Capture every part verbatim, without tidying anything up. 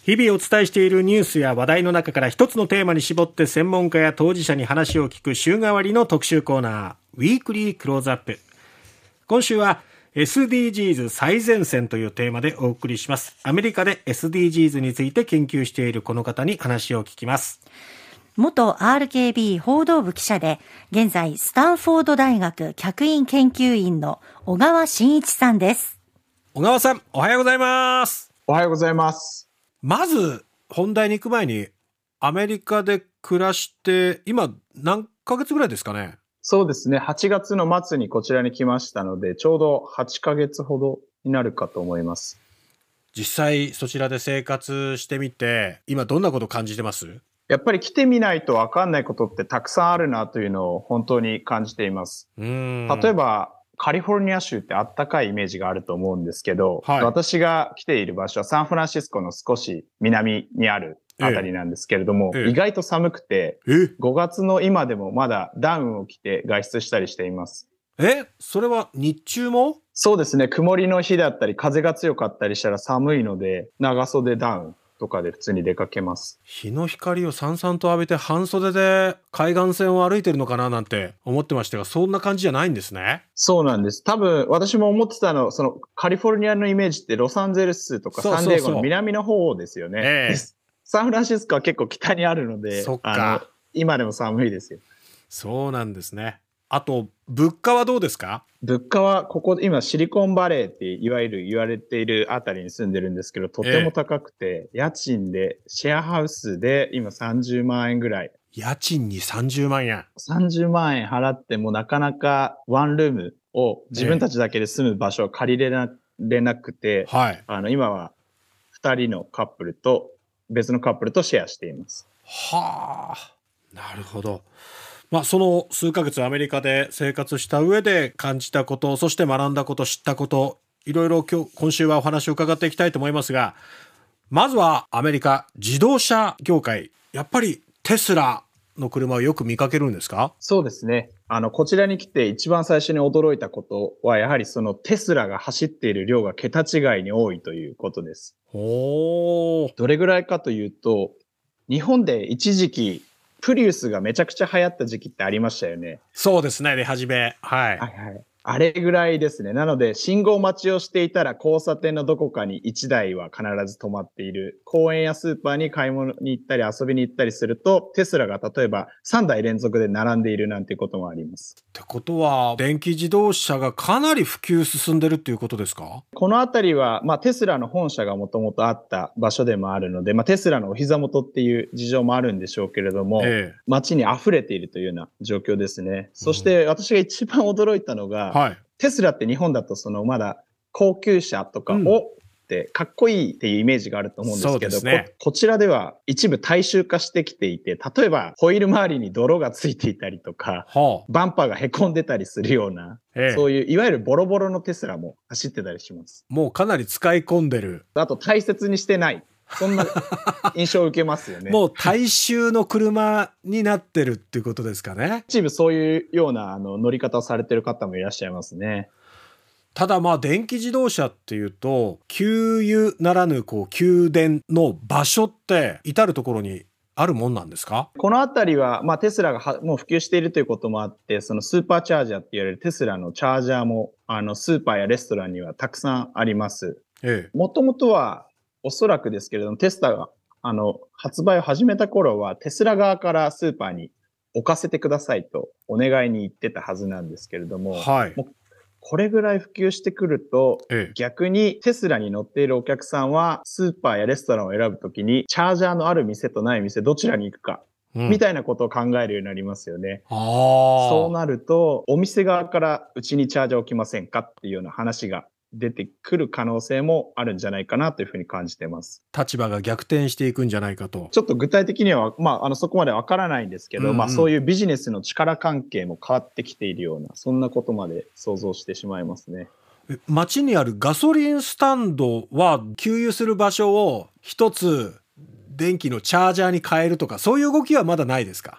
日々お伝えしているニュースや話題の中から一つのテーマに絞って専門家や当事者に話を聞く週替わりの特集コーナー、ウィークリークローズアップ。今週は エスディージーズ 最前線というテーマでお送りします。アメリカで エスディージーズ について研究しているこの方に話を聞きます。 元 アールケービー 報道部記者で、現在スタンフォード大学客員研究員の小川真一さんです。 小川さん、おはようございます。 おはようございます。 まず本題に行く前に、アメリカで暮らして今何ヶ月ぐらいですかね？ そうですね、はちがつの末にこちらに来ましたので、ちょうどはちかげつほどになるかと思います。 実際そちらで生活してみて、今どんなこと感じてます？ やっぱり来てみないと分かんないことってたくさんあるなというのを本当に感じています。 うーん、 例えばカリフォルニア州ってあったかいイメージがあると思うんですけど、 はい、 私が来ている場所はサンフランシスコの少し南にあるあたりなんですけれども、 ええええ、 意外と寒くて、 えごがつの今でもまだダウンを着て外出したりしています。 えそれは日中も？ そうですね、曇りの日だったり風が強かったりしたら寒いので、長袖ダウンとかで普通に出かけます。 日の光をさんさんと浴びて半袖で海岸線を歩いてるのかななんて思ってましたが、そんな感じじゃないんですね。 そうなんです。多分私も思ってたの、そのカリフォルニアのイメージってロサンゼルスとかサンディエゴの南の方ですよね。 ええ、 サンフランシスコは結構北にあるので、 そっか、 あの今でも寒いですよ。 そうなんですね。あと物価はどうですか？ 物価はここ今シリコンバレーっていわゆる言われているあたりに住んでるんですけど、とても高くて、ええ、家賃でシェアハウスで今さんじゅうまんえんぐらい。 家賃にさんじゅうまんえん。 さんじゅうまんえん払ってもなかなかワンルームを自分たちだけで住む場所を借りれな、れなくて、 はい、 あの今はふたりのカップルと別のカップルとシェアしています。 はあ、なるほど。まあ、その数ヶ月アメリカで生活した上で感じたこと、そして学んだこと、知ったこと、いろいろ今日今週はお話を伺っていきたいと思いますが、まずはアメリカ自動車業界、やっぱりテスラの車をよく見かけるんですか？ そうですね。あの、こちらに来て一番最初に驚いたことは、やはりそのテスラが走っている量が桁違いに多いということです。 おー。 どれぐらいかというと、日本で一時期、プリウスがめちゃくちゃ流行った時期ってありましたよね。 そうですね、出始め。はい。 はいはい。あれぐらいですね。なので、信号待ちをしていたら交差点のどこかにいちだいは必ず止まっている。公園やスーパーに買い物に行ったり遊びに行ったりすると、テスラが例えばさんだい連続で並んでいるなんていうこともあります。 ってことは、電気自動車がかなり普及進んでるっていうことですか？ このあたりは、まあ、テスラの本社がもともとあった場所でもあるので、まあ、テスラのお膝元っていう事情もあるんでしょうけれども、ええ、街に溢れているというような状況ですね。そして私が一番驚いたのが、はい、テスラって日本だとそのまだ高級車とかを、うん、ってかっこいいっていうイメージがあると思うんですけど、そうですね、こ、こちらでは一部大衆化してきていて、例えばホイール周りに泥がついていたりとか、はあ、バンパーがへこんでたりするような、ええ、そういういわゆるボロボロのテスラも走ってたりします。 もうかなり使い込んでる。 あと大切にしてない。そんな印象を受けますよね。 もう大衆の車になってるっていうことですかね。 一部そういうようなあの乗り方をされてる方もいらっしゃいますね。 ただまあ電気自動車っていうと、給油ならぬこう給電の場所って至るところにあるもんなんですか？ このあたりは、まあ、テスラがはもう普及しているということもあって、そのスーパーチャージャーって言われるテスラのチャージャーもあのスーパーやレストランにはたくさんあります。もともとはおそらくですけれども、テスラがあの発売を始めた頃はテスラ側からスーパーに置かせてくださいとお願いに行ってたはずなんですけれども、はい、もうこれぐらい普及してくると、ええ、逆にテスラに乗っているお客さんはスーパーやレストランを選ぶときにチャージャーのある店とない店どちらに行くか、うん、みたいなことを考えるようになりますよね。あ、そうなるとお店側からうちにチャージャー置きませんかっていうような話が出てくる可能性もあるんじゃないかなというふうに感じています。 立場が逆転していくんじゃないかと。 ちょっと具体的には、まあ、あの、そこまでわからないんですけど、うんうん、まあ、そういうビジネスの力関係も変わってきているような、そんなことまで想像してしまいますね。 街にあるガソリンスタンドは給油する場所を一つ電気のチャージャーに変えるとか、そういう動きはまだないですか？ あ、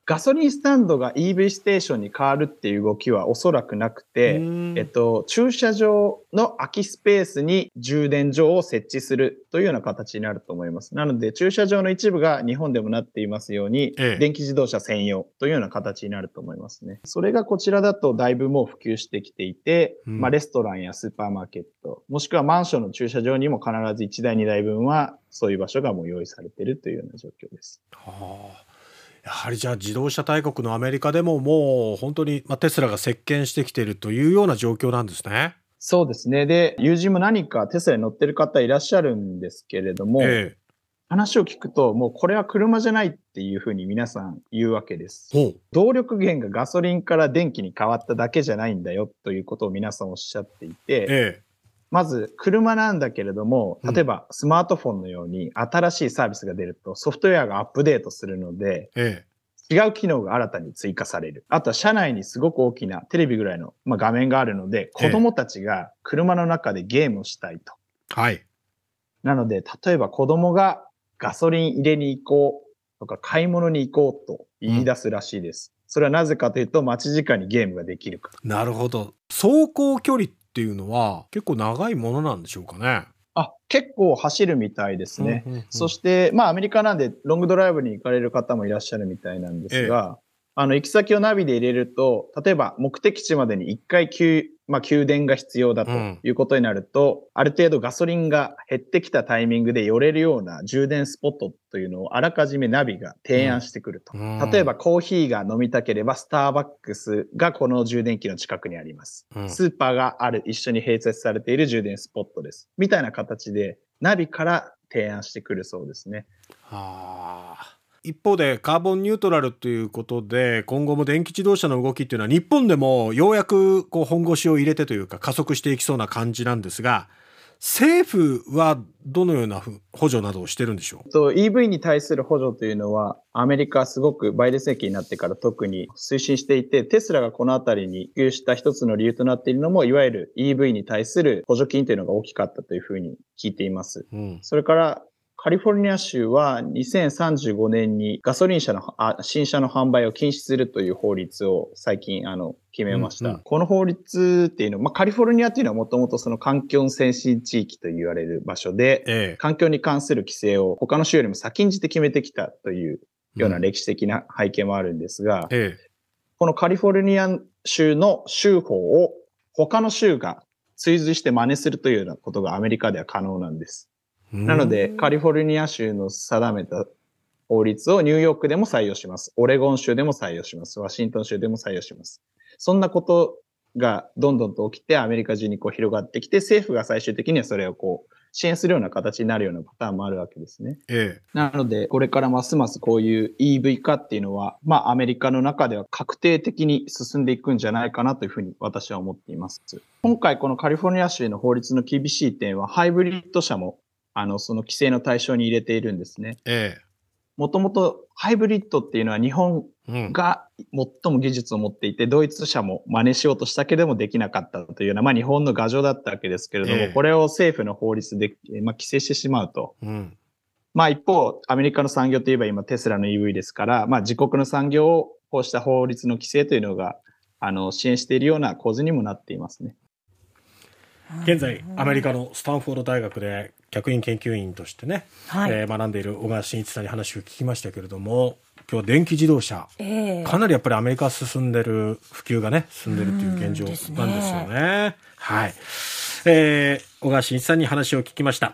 ガソリンスタンドが イーブイ ステーションに変わるっていう動きはおそらくなくて、えっと、駐車場の空きスペースに充電場を設置するというような形になると思います。なので、駐車場の一部が日本でもなっていますように、ええ、電気自動車専用というような形になると思いますね。それがこちらだとだいぶもう普及してきていて、うん、まあ、レストランやスーパーマーケット、もしくはマンションの駐車場にも必ずいちだいにだいぶんはそういう場所がもう用意されているというような状況です。 はあ、やはりじゃあ自動車大国のアメリカでももう本当に、まあ、テスラが席巻してきているというような状況なんですね。 そうですね。で、友人も何かテスラに乗ってる方いらっしゃるんですけれども、ええ、話を聞くと、もうこれは車じゃないっていうふうに皆さん言うわけです。動力源がガソリンから電気に変わっただけじゃないんだよということを皆さんおっしゃっていて、ええ、まず車なんだけれども、例えばスマートフォンのように新しいサービスが出るとソフトウェアがアップデートするので、ええ、違う機能が新たに追加される。あとは車内にすごく大きなテレビぐらいの、まあ、画面があるので、子供たちが車の中でゲームをしたいと。はい。なので、例えば子供がガソリン入れに行こうとか買い物に行こうと言い出すらしいです。うん、それはなぜかというと、待ち時間にゲームができるから。 なるほど。走行距離っていうのは結構長いものなんでしょうかね。 あ、結構走るみたいですね。うんうんうん、そして、まあアメリカなんでロングドライブに行かれる方もいらっしゃるみたいなんですが、ええ、あの行き先をナビで入れると、例えば目的地までに一回給、まあ給電が必要だということになると、うん、ある程度ガソリンが減ってきたタイミングで寄れるような充電スポットというのをあらかじめナビが提案してくると。うん、例えばコーヒーが飲みたければスターバックスがこの充電器の近くにあります。うん、スーパーがある、一緒に併設されている充電スポットです。みたいな形でナビから提案してくるそうですね。 はあ。一方でカーボンニュートラルということで今後も電気自動車の動きっていうのは日本でもようやくこう本腰を入れてというか加速していきそうな感じなんですが、政府はどのような補助などをしてるんでしょう？ そう、イーブイ に対する補助というのはアメリカはすごくバイデン政権になってから特に推進していて、テスラがこのあたりに普及した一つの理由となっているのも、いわゆる イーブイ に対する補助金というのが大きかったというふうに聞いています。うん、それからカリフォルニア州はにせんさんじゅうごねんにガソリン車のあ新車の販売を禁止するという法律を最近あの決めました。うんうん、この法律っていうのは、まあ、カリフォルニアっていうのはもともとその環境先進地域と言われる場所で、ええ、環境に関する規制を他の州よりも先んじて決めてきたというような歴史的な背景もあるんですが、うんええ、このカリフォルニア州の州法を他の州が追随して真似するというようなことがアメリカでは可能なんです。なので、カリフォルニア州の定めた法律をニューヨークでも採用します。オレゴン州でも採用します。ワシントン州でも採用します。そんなことがどんどんと起きてアメリカ中にこう広がってきて、政府が最終的にはそれをこう支援するような形になるようなパターンもあるわけですね。ええ、なので、これからますますこういう イーブイ 化っていうのは、まあアメリカの中では確定的に進んでいくんじゃないかなというふうに私は思っています。今回このカリフォルニア州の法律の厳しい点は、ハイブリッド車もあの、その規制の対象に入れているんですね。ええ。もともとハイブリッドっていうのは日本が最も技術を持っていて、うん、ドイツ車も真似しようとしたけどもできなかったというような、まあ日本の牙城だったわけですけれども、ええ、これを政府の法律で、まあ、規制してしまうと。うん、まあ一方、アメリカの産業といえば今テスラの イーブイ ですから、まあ自国の産業をこうした法律の規制というのが、あの、支援しているような構図にもなっていますね。 現在アメリカのスタンフォード大学で客員研究員としてね、はいえー、学んでいる小川真一さんに話を聞きましたけれども、今日は電気自動車、えー、かなりやっぱりアメリカは進んでる、普及がね進んでるという現状なんですよね。はい、えー、小川真一さんに話を聞きました。